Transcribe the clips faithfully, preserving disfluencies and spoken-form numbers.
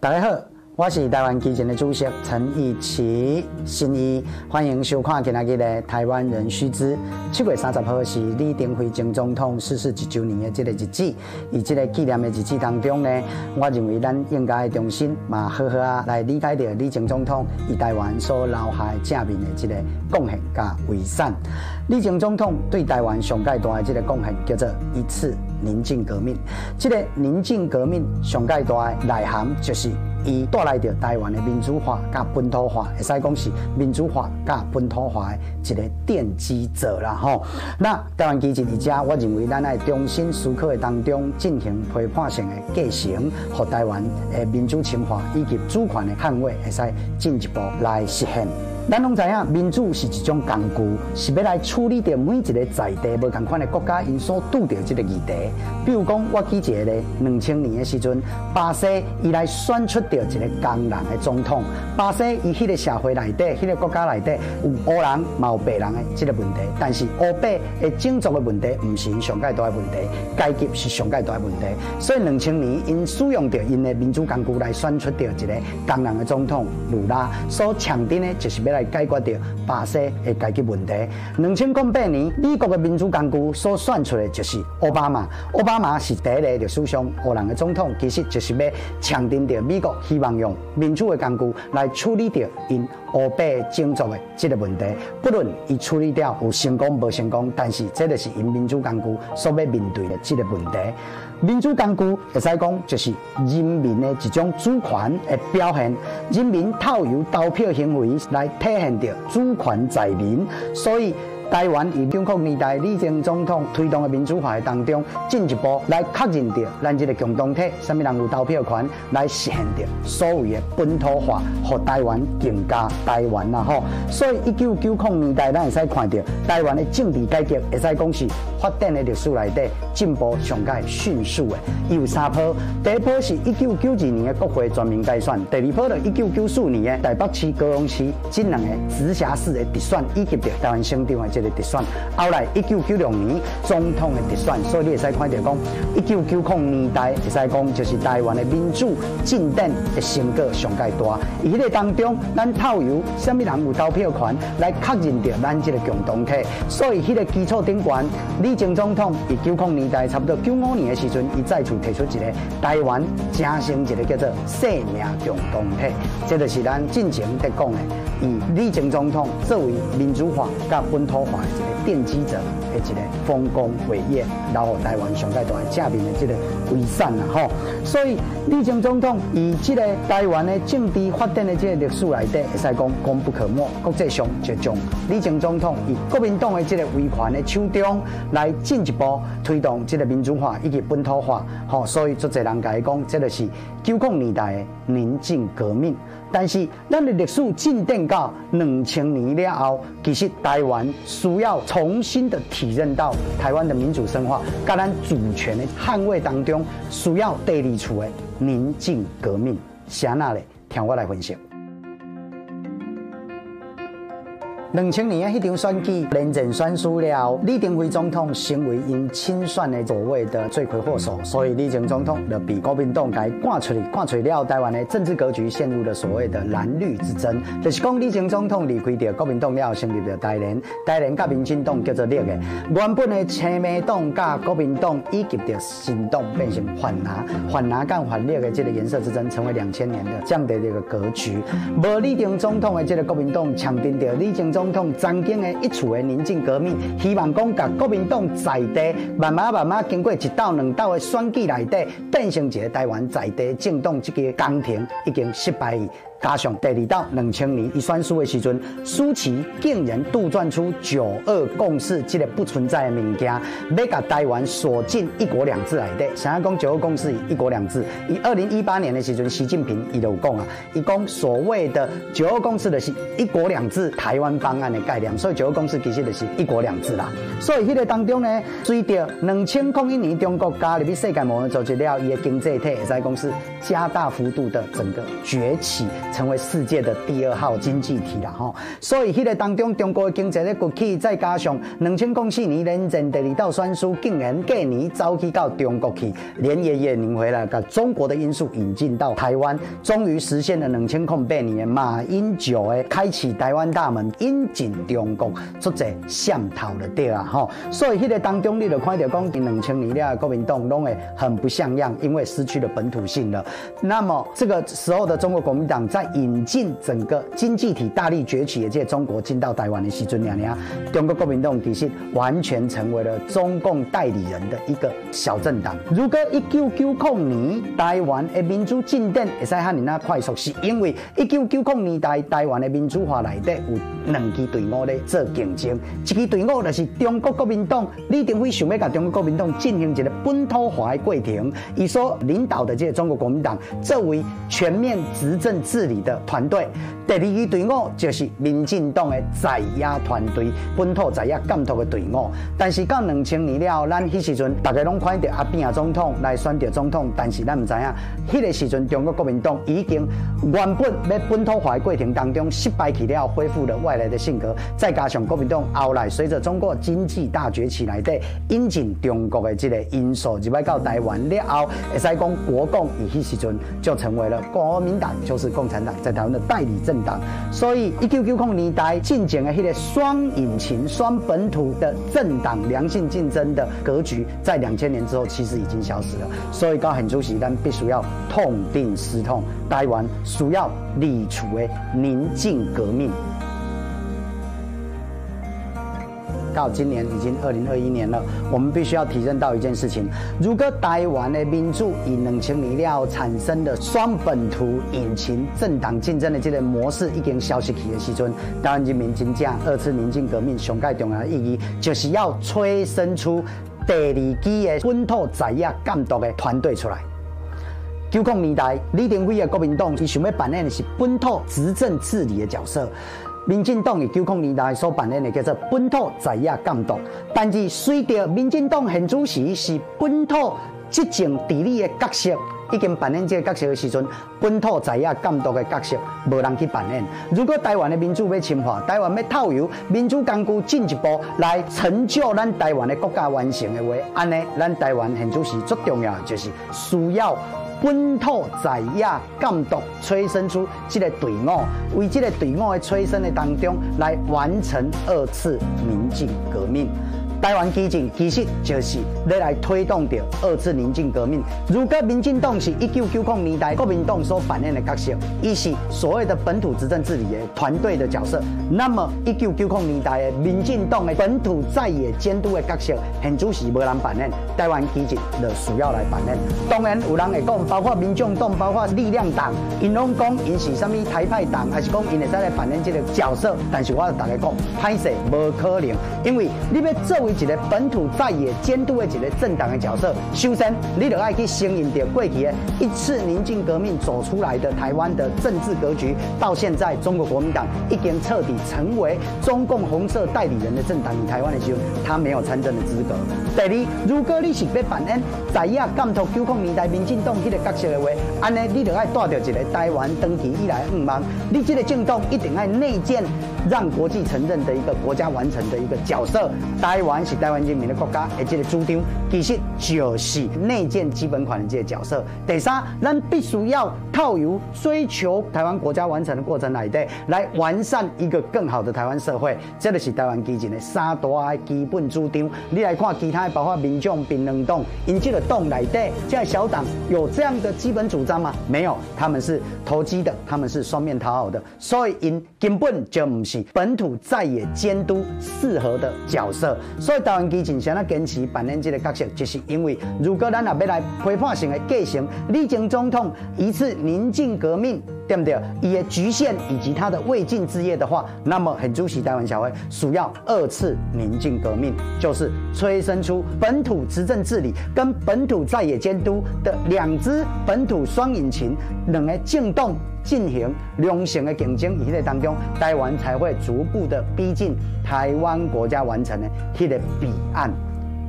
大家好，我是台湾基金的主席陈义奇新义，欢迎收看今仔日的台湾人须知。七月三十号是李登辉前总统逝世一周年的这个日子，以这个纪念的日子当中呢，我认为咱应该重新嘛好好啊来理解到李前总统以台湾所留下正面的这个贡献甲遗产。李前总统对台湾上界大的这个贡献叫做一次宁静革命。这个宁静革命上界大的内涵就是。伊带来着台湾的民主化甲本土化，会使讲是民主化甲本土化的一个奠基者啦吼。那台湾基进而家，我认为咱爱重新思考的当中进行批判性的继承，和台湾的民主情怀以及主权的捍卫，会使进一步来实现。咱拢知影，民主是一种工具，是要来处理掉每一个在地无同款的国家因所拄着这个议题。比如讲，我记一个咧，两千年的时阵，巴西伊来选出掉一个工人的总统。巴西伊迄个社会内底，迄、那个国家内底有黑人嘛有白人的这个问题，但是黑白的种族的问题，唔是上界大的问题，阶级是上界大的问题。所以两千年因使用着因的民主工具来选出掉一个工人的总统鲁拉，所强调呢，就是要来解决掉巴西的阶级问题。两千零八年，美国的民主工具所选出的就是奥巴马。奥巴马是第一个历史上黑人的总统，其实就是要强调掉美国希望用民主的工具来处理掉因黑白种族的这个问题。不论伊处理掉有成功无成功，但是这就是因民主工具所要面对的这个问题。民主工具会使讲就是人民的一种主权的表现，人民透由投票行为来体现着主权在民，所以。台湾以九零年代李前总统推动的民主化当中，进一步来确认着咱这个共同体，什么人有投票权，来实现着所谓的本土化，和台湾更加台湾啦吼。所以一九九零年代，咱会使看到台湾的政治改革，会使讲是发展的历史内底进步上界迅速的。伊有三波，第一波是一九九二年的国会全民大选，第二波就一九九四年的台北市、高雄市这两个直辖市的直选，以及着台湾省长的。这个直选，后来一九九六年总统的直选，所以你会使看到讲，一九九零年代会使讲就是台湾的民主进展的成果上界大。而迄个当中，咱透由什么人有投票权来确认着咱这个共同体，所以迄个基础顶悬，李前总统以九零年代差不多九五年的时阵，伊再次提出一个台湾成成一个叫做生命共同体，这就是咱进前在讲的，以李前总统作为民主化甲本土。化一个奠基者的一个丰功伟业，留予台湾上界大正面的这个遗产啦吼。所以李前总统以这个台湾的政治发展的这个历史内底，会使讲功不可没。国际上就将李前总统以国民党的这个威权的手中，来进一步推动这个民主化以及本土化。吼，所以足侪人甲伊讲，这就是九零年代的宁静革命。但是，咱的历史进展到两千年了后，其实台湾需要重新的体认到台湾的民主深化，甲咱主权的捍卫当中，需要第二处的宁静革命。是安那咧？听我来分析。两千年的迄场选举连战选输了，李登辉总统成为因亲选的所谓的罪魁祸首，所以李前总统就被国民党给赶出去，赶出了台湾的政治格局陷入了所谓的蓝绿之争。就是讲李前总统离开掉国民党了，成立了台联，台联甲民进党叫做绿的，原本的亲民党甲国民党以及着新党变成反拿，反拿干反绿的这个颜色之争，成为两千年的这样的这个格局。无李前总统的这个国民党强定着李前总统。总统曾经的一处的宁静革命，希望讲甲国民党在地慢慢慢慢经过一道两道的选举内底，变成一个台湾在地政党这个工程已经失败。加上第二道两千年伊选输的时阵，舒淇竟然杜撰出九二共识这个不存在的物件，要甲台湾锁进一国两制内底。想要讲九二共识一国两制，以二零一八年的时阵，习近平伊就有讲啊，伊讲所谓的九二共识的是一国两制台湾方案的概念，所以九二共识其实就是一国两制啦。所以迄个当中呢，随着两千零一年中国加入世界贸易组织了，伊的经济体会使讲是加大幅度的整个崛起。 成为世界的第二号经济体啦吼。所以迄个当中，中国的经济咧崛起，再加上两千零四年连任第二道选书，竟然隔年走去到中国去，连爷爷领回来，把中国的因素引进到台湾，终于实现了两千零八年马英九的开启台湾大门，引进中国，出者闪透了对啊吼。所以迄个当中，你就看到讲，两千年了国民党拢会很不像样，因为失去了本土性了。那么这个时候的中国国民党在引进整个经济体大力崛起的这个中国进到台湾的时阵，娘娘，中国国民党其实完全成为了中共代理人的一个小政党。如果一九九零年台湾的民主进展会使遐尼啊快速，是因为一九九零年代台湾的民主化内底有两支队伍咧做竞争，一支队伍就是中国国民党，李登辉想要甲中国国民党进行一个本土化的过程，伊所领导的这个中国国民党作为全面执政治理的团队。第二支队伍就是民进党的在野团队，本土在野监督的队伍。但是到两千年了，咱迄时阵大家拢看到阿扁总统来选择总统，但是咱唔知影，迄个时阵中国国民党已经原本要本土化的过程当中失败去了，恢复了外来的性格，再加上国民党后来随着中国经济大崛起来的引进中国的这个因素入来到台湾了后，会使讲国共以迄时阵就成为了国民党，就是共产党在台湾的代理政党。所以一九九零年代进行的迄个双引擎、双本土的政党良性竞争的格局，在两千年之后其实已经消失了。所以到很主席，咱必须要痛定思痛，台湾需要理处的宁静革命。到今年已经二零二一年了，我们必须要体认到一件事情：如果台湾的民主以两千年了产生的双本土引擎政党竞争的这个模式已经消失去的时阵，台湾人民真正二次宁静革命上盖重要的意义，就是要催生出第二支的本土在野监督的团队出来。九零年代，李登辉的国民党伊想要扮演的是本土执政治理的角色。民进党以九零年代所扮演的叫做本土在野监督，但是随着民进党现主席是本土执政治理的角色，已经扮演这个角色的时阵，本土在野监督的角色无人去扮演。如果台湾的民主要深化，台湾要透由民主工具进一步来成就咱台湾的国家完成的话，安尼咱台湾现主席最重要的就是需要本土在野监督催生出这个队伍，为这个队伍的催生的当中来完成二次宁静革命。台湾基进其实就是要来推动着二次宁静革命。如果民进党是一九九零年代国民党所扮演的角色，伊是所谓的本土执政治理的团队的角色，那么一九九零年代的民进党的本土在野监督的角色，现主是无人扮演，台湾基进就需要来扮演。当然有人会讲，包括民众党、包括力量党，因拢讲因是啥物台派党，还是讲因会使来扮演这个角色？但是我大家讲，歹势无可能，因为你要作为一个本土在野监督的一个政党的角色，首先你就要去承认着过去的一次宁静革命走出来的台湾的政治格局，到现在中国国民党已经彻底成为中共红色代理人的政党，以台湾的时候，他没有参政的资格。第二，如果你是要扮演在野监督九零年代民进党迄个角色的话，安尼你就要带着一个台湾长期以来的愿望，你这个政党一定要内建让国际承认的一个国家完成的一个角色。台湾是台湾人民的国家，而这个主张其实就是内建基本款的这个角色。第三，咱必须要套由追求台湾国家完成的过程内底，来完善一个更好的台湾社会。这就是台湾基进的三大的基本主张。你来看其他包括民众、槟榔党，因这个党内底这个小党有这样的基本主张吗？没有，他们是投机的，他们是双面讨好的，所以因根本就不是本土在野监督适合的角色。所以台湾基进想要坚持扮演这个角色，就是因为如果咱也要来批判性的继承李前总统一次宁静革命，对不对？伊的局限以及他的未尽之业的话，那么很主席台湾社会需要二次宁静革命，就是催生出本土执政治理跟本土在野监督的两支本土双引擎，两个政党进行良性的竞争，以迄个当中，台湾才会逐步的逼近台湾国家完成的迄个彼岸。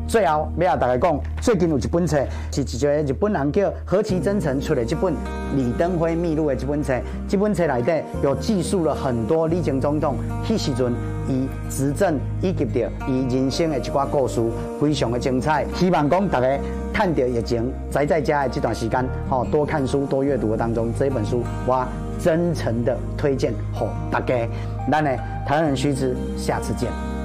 最后要甲大家讲，最近有一本册，是一个日本人叫河崎真诚出的这本《李登辉秘录》的这本册。这本册内底有记述了很多李前总统迄时阵伊执政以及着伊人生的一寡故事，非常的精彩。希望讲大家趁着疫情宅在家的这段时间，吼多看书、多阅读的当中，这本书我真诚的推荐给大家。咱的台湾人须知，下次见。